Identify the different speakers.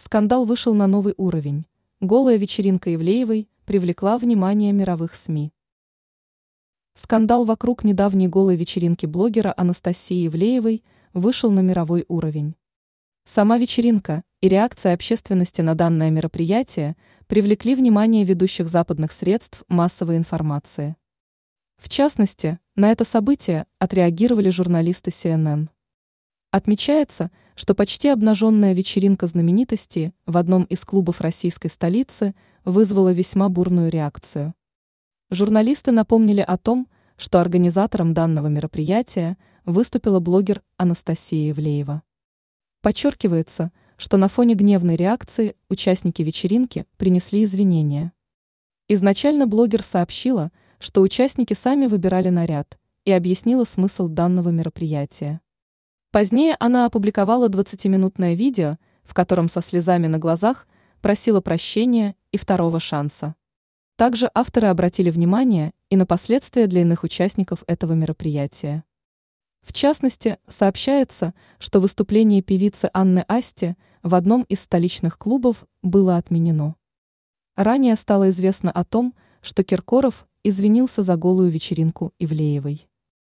Speaker 1: Скандал вышел на новый уровень. Голая вечеринка Ивлеевой привлекла внимание мировых СМИ. Скандал вокруг недавней голой вечеринки блогера Анастасии Ивлеевой вышел на мировой уровень. Сама вечеринка и реакция общественности на данное мероприятие привлекли внимание ведущих западных средств массовой информации. В частности, на это событие отреагировали журналисты CNN. Отмечается, что почти обнаженная вечеринка знаменитости в одном из клубов российской столицы вызвала весьма бурную реакцию. Журналисты напомнили о том, что организатором данного мероприятия выступила блогер Анастасия Ивлеева. Подчеркивается, что на фоне гневной реакции участники вечеринки принесли извинения. Изначально блогер сообщила, что участники сами выбирали наряд, и объяснила смысл данного мероприятия. Позднее она опубликовала 20-минутное видео, в котором со слезами на глазах просила прощения и второго шанса. Также авторы обратили внимание и на последствия для иных участников этого мероприятия. В частности, сообщается, что выступление певицы Анны Асти в одном из столичных клубов было отменено. Ранее стало известно о том, что Киркоров извинился за голую вечеринку Ивлеевой.